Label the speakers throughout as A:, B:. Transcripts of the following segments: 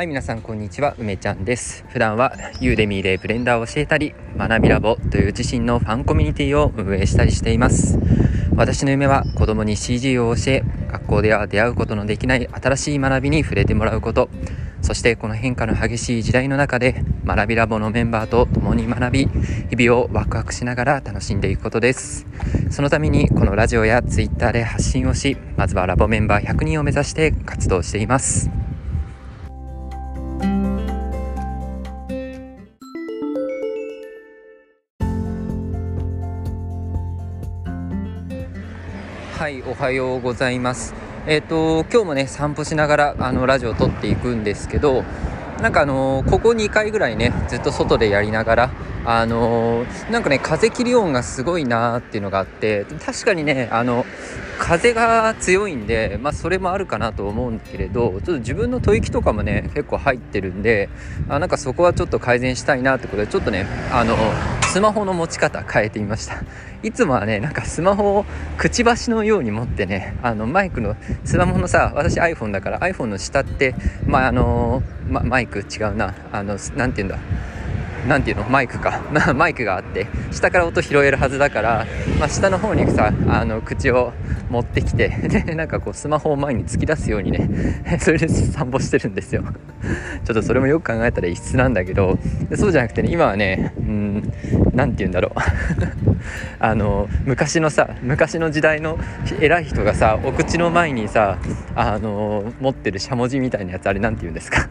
A: はい、皆さんこんにちは、梅ちゃんです。普段はユーデミーでブレンダーを教えたり、学びラボという自身のファンコミュニティを運営したりしています。私の夢は子供に CG を教え、学校では出会うことのできない新しい学びに触れてもらうこと、そしてこの変化の激しい時代の中で学びラボのメンバーと共に学び、日々をワクワクしながら楽しんでいくことです。そのためにこのラジオやツイッターで発信をし、まずはラボメンバー100人を目指して活動しています。はい、おはようございます。今日もね散歩しながらラジオを撮っていくんですけど、ここ2回ぐらいねずっと外でやりながら風切り音がすごいなっていうのがあって、確かにね風が強いんで、それもあるかなと思うんだけれど、ちょっと自分の吐息とかもね結構入ってるんで、そこはちょっと改善したいなってことで、ちょっとねスマホの持ち方変えてみました。いつもはねスマホをくちばしのように持ってね、マイクのスマホのさ、私 iPhone だから iPhone の下ってマイク違うな、なんていうんだ、なんていうの、マイクかマイクがあって下から音拾えるはずだから、下の方にさ口を持ってきて、でスマホを前に突き出すようにねそれで散歩してるんですよ。ちょっとそれもよく考えたら異質なんだけど、そうじゃなくてね、今はねなんて言うんだろう昔の時代の偉い人がさ、お口の前にさ持ってるしゃもじみたいなやつ、あれなんて言うんですか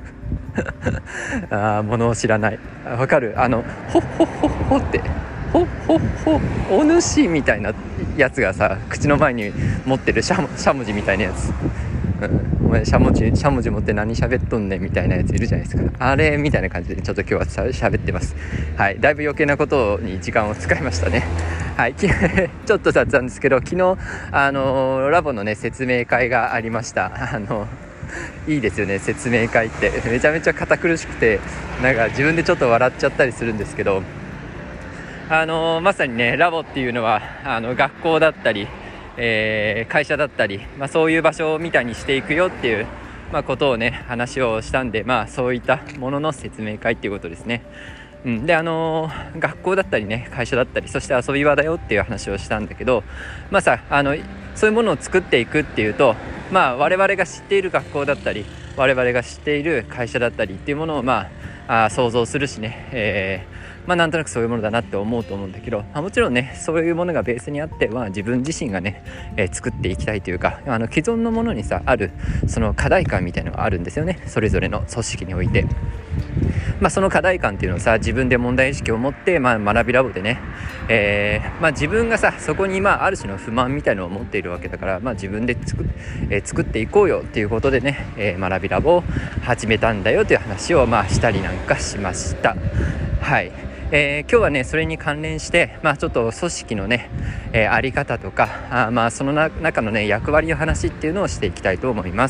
A: 物を知らない、わかる？ほっほっほっほってほっほっほお主みたいなやつがさ、口の前に持ってるしゃもじみたいなやつ、お前しゃもじ持って何喋っとんねんみたいなやついるじゃないですか。あれみたいな感じでちょっと今日は喋ってます。はい、だいぶ余計なことに時間を使いましたね。はい、ちょっと雑なんですけど、昨日ラボのね説明会がありました。いいですよね、説明会ってめちゃめちゃ堅苦しくて、自分でちょっと笑っちゃったりするんですけど、まさにねラボっていうのは学校だったり、会社だったり、そういう場所みたいにしていくよっていう、ことをね話をしたんで、そういったものの説明会っていうことですね。で学校だったりね会社だったり、そして遊び場だよっていう話をしたんだけど、そういうものを作っていくっていうと、我々が知っている学校だったり我々が知っている会社だったりっていうものを想像するしね、なんとなくそういうものだなって思うと思うんだけど、もちろんねそういうものがベースにあって、自分自身がね、作っていきたいというか、既存のものにさあるその課題感みたいなのがあるんですよね、それぞれの組織において。その課題感っていうのをさ、自分で問題意識を持って、学びラボでね、自分がさそこにある種の不満みたいなのを持っているわけだから、自分で作っていこうよっていうことでね、学びラボを始めたんだよという話をしたりなんかしました。はい、今日はねそれに関連して、ちょっと組織のね、あり方とかその中のね役割の話っていうのをしていきたいと思います。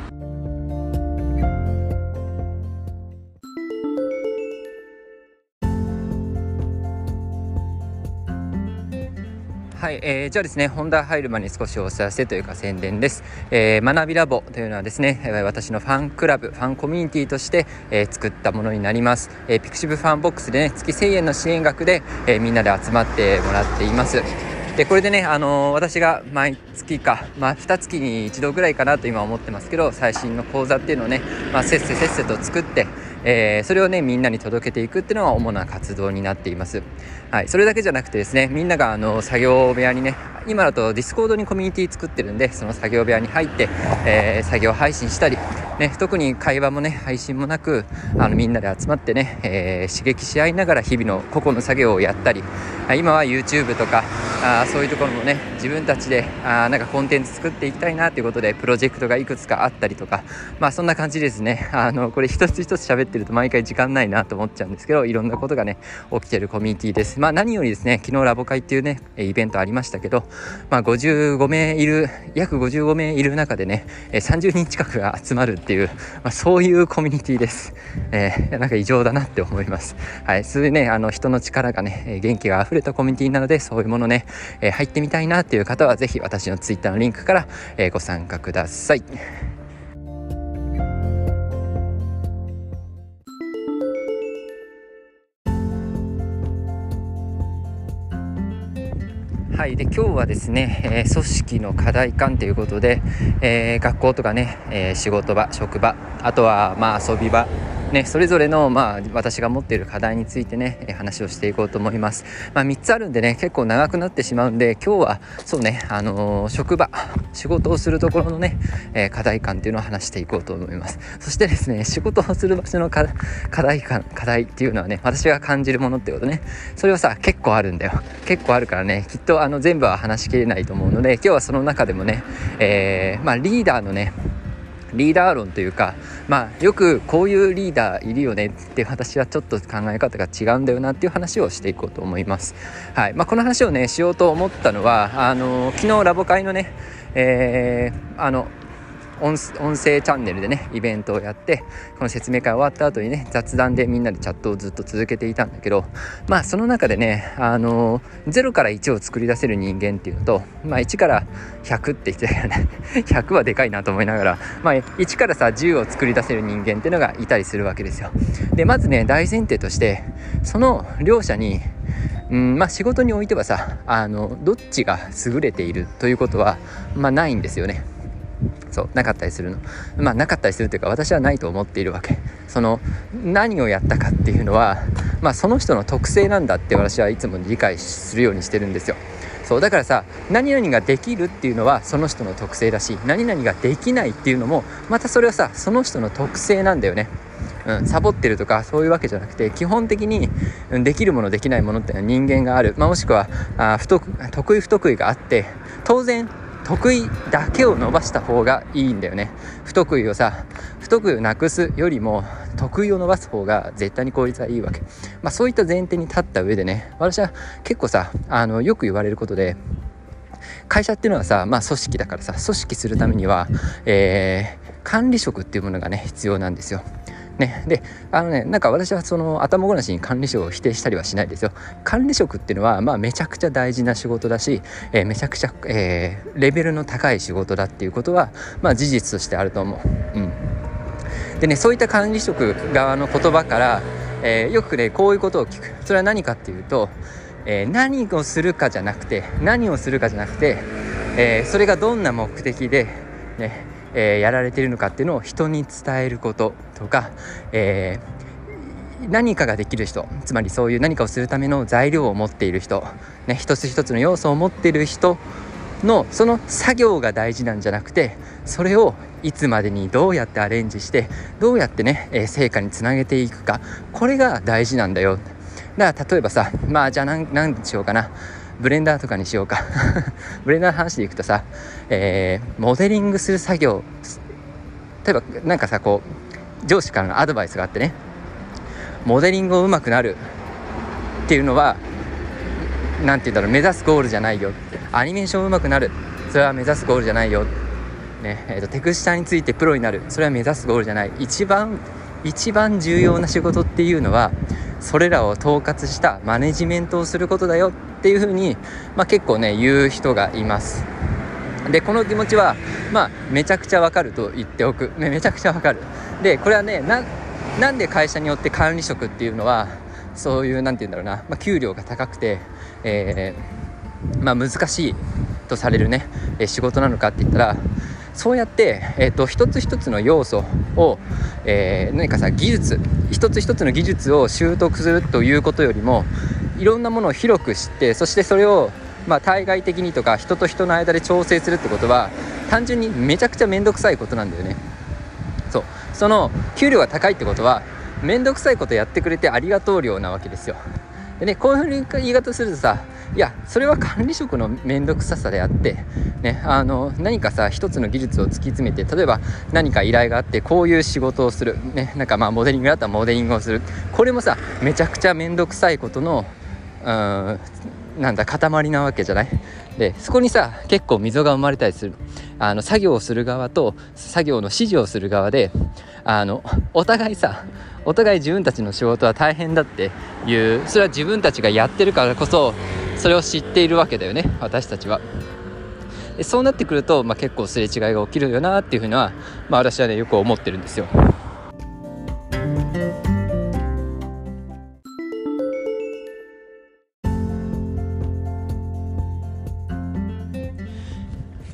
A: はい、じゃあですね、本題入る前に少しお知らせというか宣伝です。学びラボというのはですね、私のファンクラブ、ファンコミュニティとして、作ったものになります。ピクシブファンボックスでね、月1000円の支援額で、みんなで集まってもらっています。でこれでね、私が毎月か、2月に1度ぐらいかなと今思ってますけど、最新の講座っていうのをね、せっせと作って、それをねみんなに届けていくっていうのが主な活動になっています。はい、それだけじゃなくてですね、みんなが作業部屋にね、今だとディスコードにコミュニティ作ってるんで、その作業部屋に入って、作業配信したり、特に会話もね配信もなくみんなで集まってね、刺激し合いながら日々の個々の作業をやったり、今は YouTube とかそういうところもね自分たちでコンテンツ作っていきたいなということでプロジェクトがいくつかあったりとか、そんな感じですね。これ一つ一つ喋ってると毎回時間ないなと思っちゃうんですけど、いろんなことがね起きてるコミュニティです。何よりですね、昨日ラボ会っていうねイベントありましたけど、約55名いる中でね30人近くが集まるっていう、そういうコミュニティです。異常だなって思います。はい、そういうね人の力がね元気が溢れたコミュニティなので、そういうものね、入ってみたいなっていう方はぜひ私のツイッターのリンクから、ご参加ください。 はい、で今日はですね、組織の課題感ということで、学校とかね、仕事場、職場、あとは遊び場ね、それぞれの、私が持っている課題についてね、話をしていこうと思います。3つあるんでね、結構長くなってしまうんで、今日はそうね、職場、仕事をするところのね、課題感っていうのを話していこうと思います。そしてですね、仕事をする場所の課題っていうのはね、私が感じるものってことね、それはさ、結構あるんだよ。結構あるからね、きっと全部は話しきれないと思うので、今日はその中でもね、リーダーのね、リーダー論というか、よくこういうリーダーいるよねって私はちょっと考え方が違うんだよなっていう話をしていこうと思います。はい、この話をねしようと思ったのは昨日ラボ会のね、音声チャンネルでねイベントをやって、この説明会終わった後にね雑談でみんなでチャットをずっと続けていたんだけど、その中でね0から1を作り出せる人間っていうのと、1から100って言ってたけどね100はでかいなと思いながら、1からさ10を作り出せる人間っていうのがいたりするわけですよ。でまずね大前提としてその両者に仕事においてはさどっちが優れているということはないんですよね。そうなかったりするの、なかったりするというか私はないと思っているわけ。その何をやったかっていうのは、その人の特性なんだって私はいつも理解するようにしてるんですよ。そうだからさ、何々ができるっていうのはその人の特性だし、何々ができないっていうのもまたそれはさその人の特性なんだよね。サボってるとかそういうわけじゃなくて、基本的にできるものできないものっていうのは人間がある、もしくは得意不得意があって、当然得意だけを伸ばした方がいいんだよね。不得意をなくすよりも得意を伸ばす方が絶対に効率はいいわけ。そういった前提に立った上でね、私は結構さよく言われることで、会社っていうのはさ、組織だからさ、組織するためには、管理職っていうものがね必要なんですよ。でなんか私はその頭ごなしに管理職を否定したりはしないですよ。管理職っていうのはめちゃくちゃ大事な仕事だし、めちゃくちゃ、レベルの高い仕事だっていうことは事実としてあると思う。でね、そういった管理職側の言葉から、よくねこういうことを聞く。それは何かっていうと、何をするかじゃなくて、それがどんな目的でねやられているのかっていうのを人に伝えることとか、何かができる人、つまりそういう何かをするための材料を持っている人、一つ一つの要素を持っている人のその作業が大事なんじゃなくて、それをいつまでにどうやってアレンジしてどうやってね、成果につなげていくか、これが大事なんだよ。だから例えばさ、じゃあ何しようかな、ブレンダーとかにしようかブレンダーの話でいくとさ、モデリングする作業、例えばなんかさこう上司からのアドバイスがあってね、モデリングを上手くなるっていうのはなんて言うんだろう、目指すゴールじゃないよ。アニメーション上手くなる、それは目指すゴールじゃないよ、テクスチャについてプロになる、それは目指すゴールじゃない。一番重要な仕事っていうのはそれらを統括したマネジメントをすることだよっていうふうに、結構ね言う人がいます。でこの気持ちはめちゃくちゃわかると言っておく、めちゃくちゃわかる。でこれはねなんで会社によって管理職っていうのはそういうなんて言うんだろうな、給料が高くて、難しいとされるね仕事なのかって言ったら、そうやって、一つ一つの要素を、何かさ一つ一つの技術を習得するということよりも、いろんなものを広く知って、そしてそれを対外的にとか人と人の間で調整するってことは単純にめちゃくちゃめんどくさいことなんだよね。その給料が高いってことはめんどくさいことやってくれてありがとう料なわけですよ。でね、こういうふうに言い方するとさ、いやそれは管理職のめんどくささであって、何かさ一つの技術を突き詰めて、例えば何か依頼があってこういう仕事をする、なんかモデリングだったらモデリングをする、これもさめちゃくちゃめんどくさいことの塊なわけじゃない。でそこにさ結構溝が生まれたりする。作業をする側と作業の指示をする側でお互い自分たちの仕事は大変だっていう、それは自分たちがやってるからこそそれを知っているわけだよね、私たちは。でそうなってくると、結構すれ違いが起きるよなっていうふうには、私はねよく思ってるんですよ。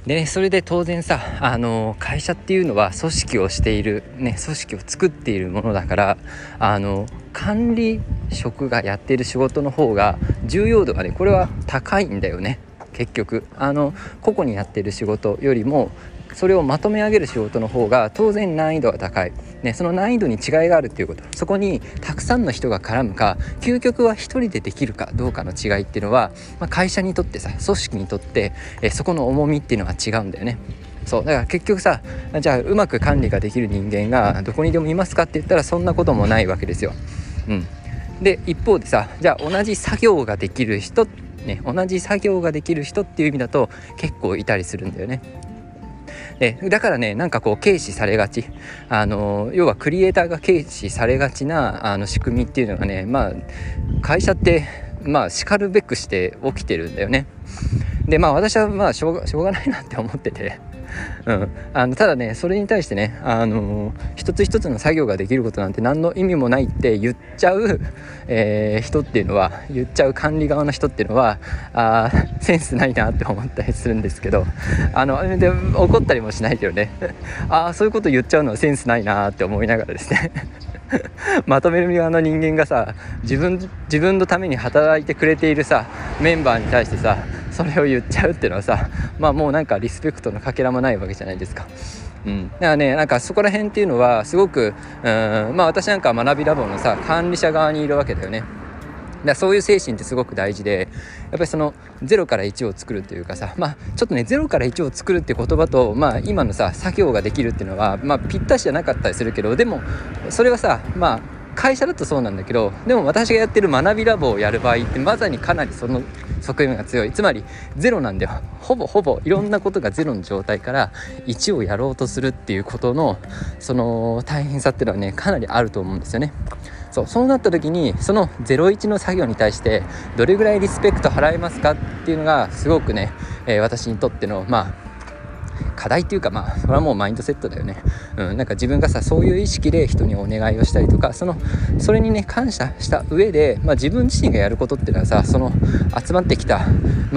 A: でね、それで当然さ、会社っていうのは組織をしている、ね、組織を作っているものだから、管理職がやっている仕事の方が重要度がね、これは高いんだよね。結局個々にやっている仕事よりもそれをまとめ上げる仕事の方が当然難易度が高い、ね、その難易度に違いがあるっていうこと、そこにたくさんの人が絡むか、究極は一人でできるかどうかの違いっていうのは、会社にとってさ、組織にとって、そこの重みっていうのは違うんだよね。そうだから結局さ、じゃあうまく管理ができる人間がどこにでもいますかって言ったらそんなこともないわけですよ。で一方でさ、じゃあ同じ作業ができる人ね、同じ作業ができる人っていう意味だと結構いたりするんだよね。だからね、なんかこう軽視されがち、要はクリエイターが軽視されがちな仕組みっていうのがね、会社って叱るべくして起きてるんだよね。で私はしょうがないなって思ってて、ただね、それに対してね、一つ一つの作業ができることなんて何の意味もないって言っちゃう、人っていうのは、言っちゃう管理側の人っていうのはセンスないなって思ったりするんですけど、で怒ったりもしないけどねそういうこと言っちゃうのはセンスないなって思いながらですねまとめる側の人間がさ、自分のために働いてくれているさメンバーに対してさそれを言っちゃうっていうのはさ、もうなんかリスペクトのかけらもないわけじゃないですか。だからね、なんかそこら辺っていうのはすごく私なんか学びラボのさ管理者側にいるわけだよね。だからそういう精神ってすごく大事で、やっぱりその0から1を作るというかさ、ちょっとね0から1を作るって言葉と、今のさ作業ができるっていうのは、ぴったしじゃなかったりするけど、でもそれはさ会社だとそうなんだけど、でも私がやってる学びラボをやる場合ってまさにかなりその側面が強い。つまりゼロなんだよ。ほぼいろんなことがゼロの状態から1をやろうとするっていうことのその大変さっていうのはね、かなりあると思うんですよね。そうなった時にその01の作業に対してどれぐらいリスペクト払えますかっていうのがすごくね、私にとっての課題っていうか、それはもうマインドセットだよね。なんか自分がさそういう意識で人にお願いをしたりとか、それにね感謝した上で、自分自身がやることっていうのはさ、その集まってきた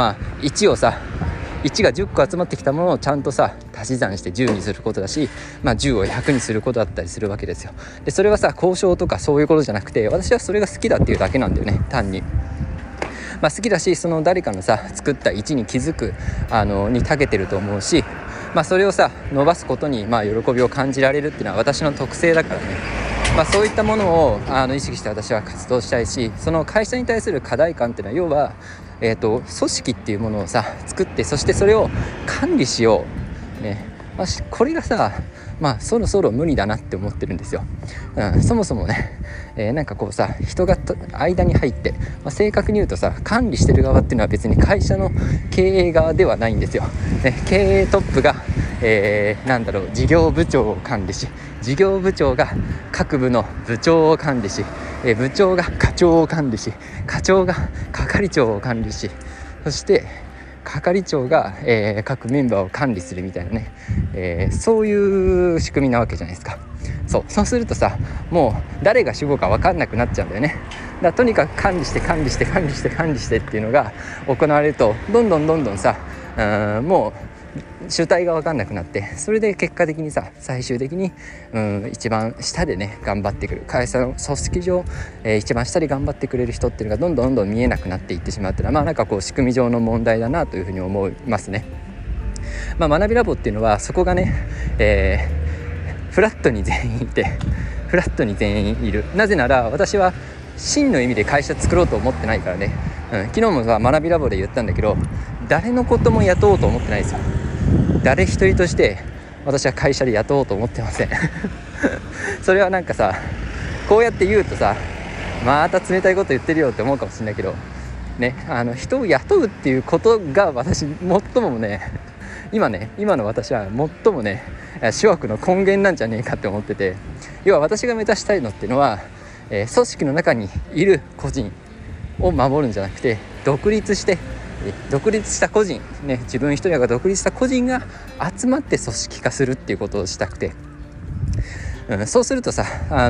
A: 1をさ1が10個集まってきたものをちゃんとさ足し算して10にすることだし、10を100にすることだったりするわけですよ。でそれはさ交渉とかそういうことじゃなくて、私はそれが好きだっていうだけなんだよね、単に。好きだし、その誰かのさ作った1に気づくに長けてると思うし、それをさ伸ばすことに喜びを感じられるっていうのは私の特性だからね。そういったものを意識して私は活動したいし、その会社に対する課題感っていうのは要は組織っていうものをさ作って、そしてそれを管理しよう、ね。これがさそろそろ無理だなって思ってるんですよ。そもそもね、なんかこうさ人が間に入って、正確に言うとさ管理してる側っていうのは別に会社の経営側ではないんですよ、経営トップが、事業部長を管理し、事業部長が各部の部長を管理し、部長が課長を管理し、課長が係長を管理し、そして係長が、各メンバーを管理するみたいなね、そういう仕組みなわけじゃないですか。そうするとさ、もう誰が主語か分かんなくなっちゃうんだよね。だからとにかく管理してっていうのが行われると、どんどんさ、もう主体が分かんなくなって、それで結果的にさ最終的に一番下でね頑張ってくる会社の組織上、一番下で頑張ってくれる人っていうのがどんどん見えなくなっていってしまうっていうのは、なんかこう仕組み上の問題だなというふうに思いますね。学びラボっていうのはそこがね、フラットに全員いて、フラットに全員いる。なぜなら私は真の意味で会社作ろうと思ってないからね。昨日もさ学びラボで言ったんだけど、誰のことも雇おうと思ってないですよ。誰一人として私は会社で雇おうと思ってませんそれはなんかさこうやって言うとさ、また冷たいこと言ってるよって思うかもしれないけどね、人を雇うっていうことが私最もね今の私は最もね諸悪の根源なんじゃねえかって思ってて、要は私が目指したいのっていうのは、組織の中にいる個人を守るんじゃなくて、独立した個人、自分一人が独立した個人が集まって組織化するっていうことをしたくて、そうするとさ各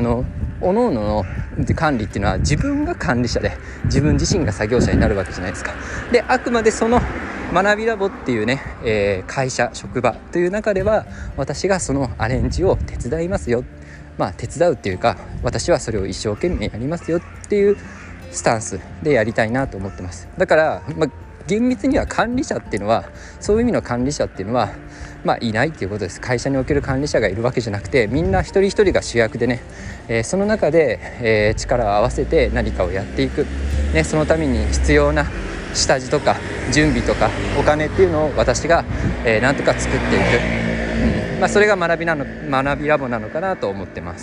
A: 々の管理っていうのは自分が管理者で自分自身が作業者になるわけじゃないですか。であくまでその学びラボっていうね、会社職場という中では私がそのアレンジを手伝いますよ、手伝うっていうか私はそれを一生懸命やりますよっていうスタンスでやりたいなと思ってます。だから、厳密には管理者っていうのはそういう意味の管理者っていうのはいないっていうことです。会社における管理者がいるわけじゃなくて、みんな一人一人が主役でね、その中で、力を合わせて何かをやっていく、そのために必要な下地とか準備とかお金っていうのを私が、なんとか作っていく、それが学びラボなのかなと思ってます。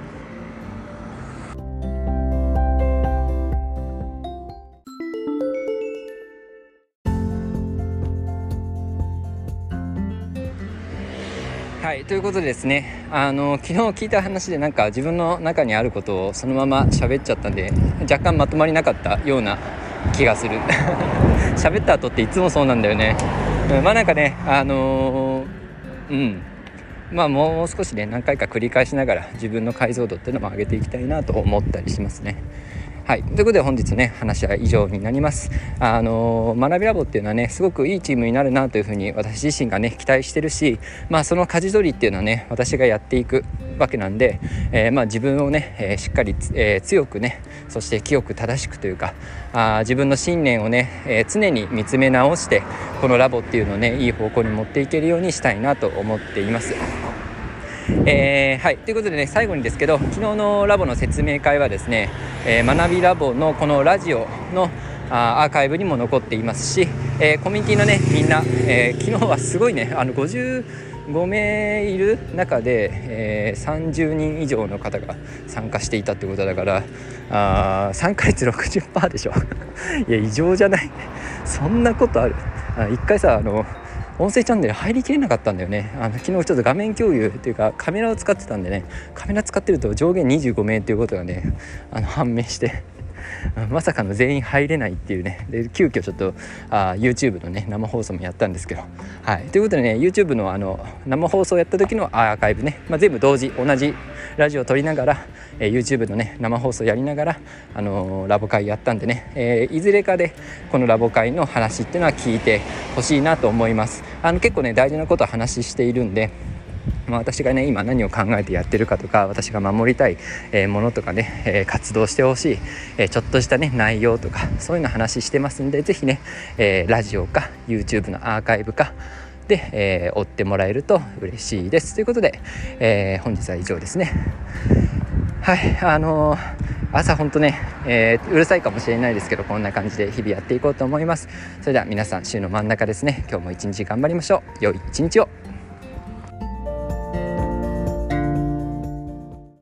A: はい、ということでですね、昨日聞いた話でなんか自分の中にあることをそのまま喋っちゃったんで、若干まとまりなかったような気がする喋った後っていつもそうなんだよね。なんかね、もう少しね何回か繰り返しながら自分の解像度っていうのも上げていきたいなと思ったりしますね。はい、ということで本日ね話は以上になります。学びラボっていうのはねすごくいいチームになるなというふうに私自身がね期待してるし、その舵取りっていうのはね私がやっていくわけなんで、自分をね、しっかり、強くね、そして清く正しくというか自分の信念をね、常に見つめ直してこのラボっていうのをねいい方向に持っていけるようにしたいなと思っています。はい、ということでね最後にですけど、昨日のラボの説明会はですね、学びラボのこのラジオのアーカイブにも残っていますし、コミュニティのねみんな、昨日はすごいね55名いる中で、30人以上の方が参加していたってことだから参加率 60% でしょいや異常じゃない？そんなことある？一回さ音声チャンネル入りきれなかったんだよね。昨日ちょっと画面共有っていうかカメラを使ってたんでね、カメラ使ってると上限25名っていうことがね判明してまさかの全員入れないっていうね。で急遽ちょっとYouTube のね生放送もやったんですけど、はい、ということでね YouTube の生放送やった時のアーカイブね、全部同じラジオを撮りながら、YouTube のね生放送やりながらラボ会やったんでね、いずれかでこのラボ会の話っていうのは聞いてほしいなと思います。結構ね大事なことを話しているんで、私がね今何を考えてやってるかとか私が守りたいものとかね、活動してほしい、ちょっとしたね内容とかそういうの話してますんで、ぜひね、ラジオか YouTube のアーカイブかで、追ってもらえると嬉しいですということで、本日は以上ですね。はい、朝本当ね、うるさいかもしれないですけどこんな感じで日々やっていこうと思います。それでは皆さん週の真ん中ですね、今日も一日頑張りましょう。良い一日を。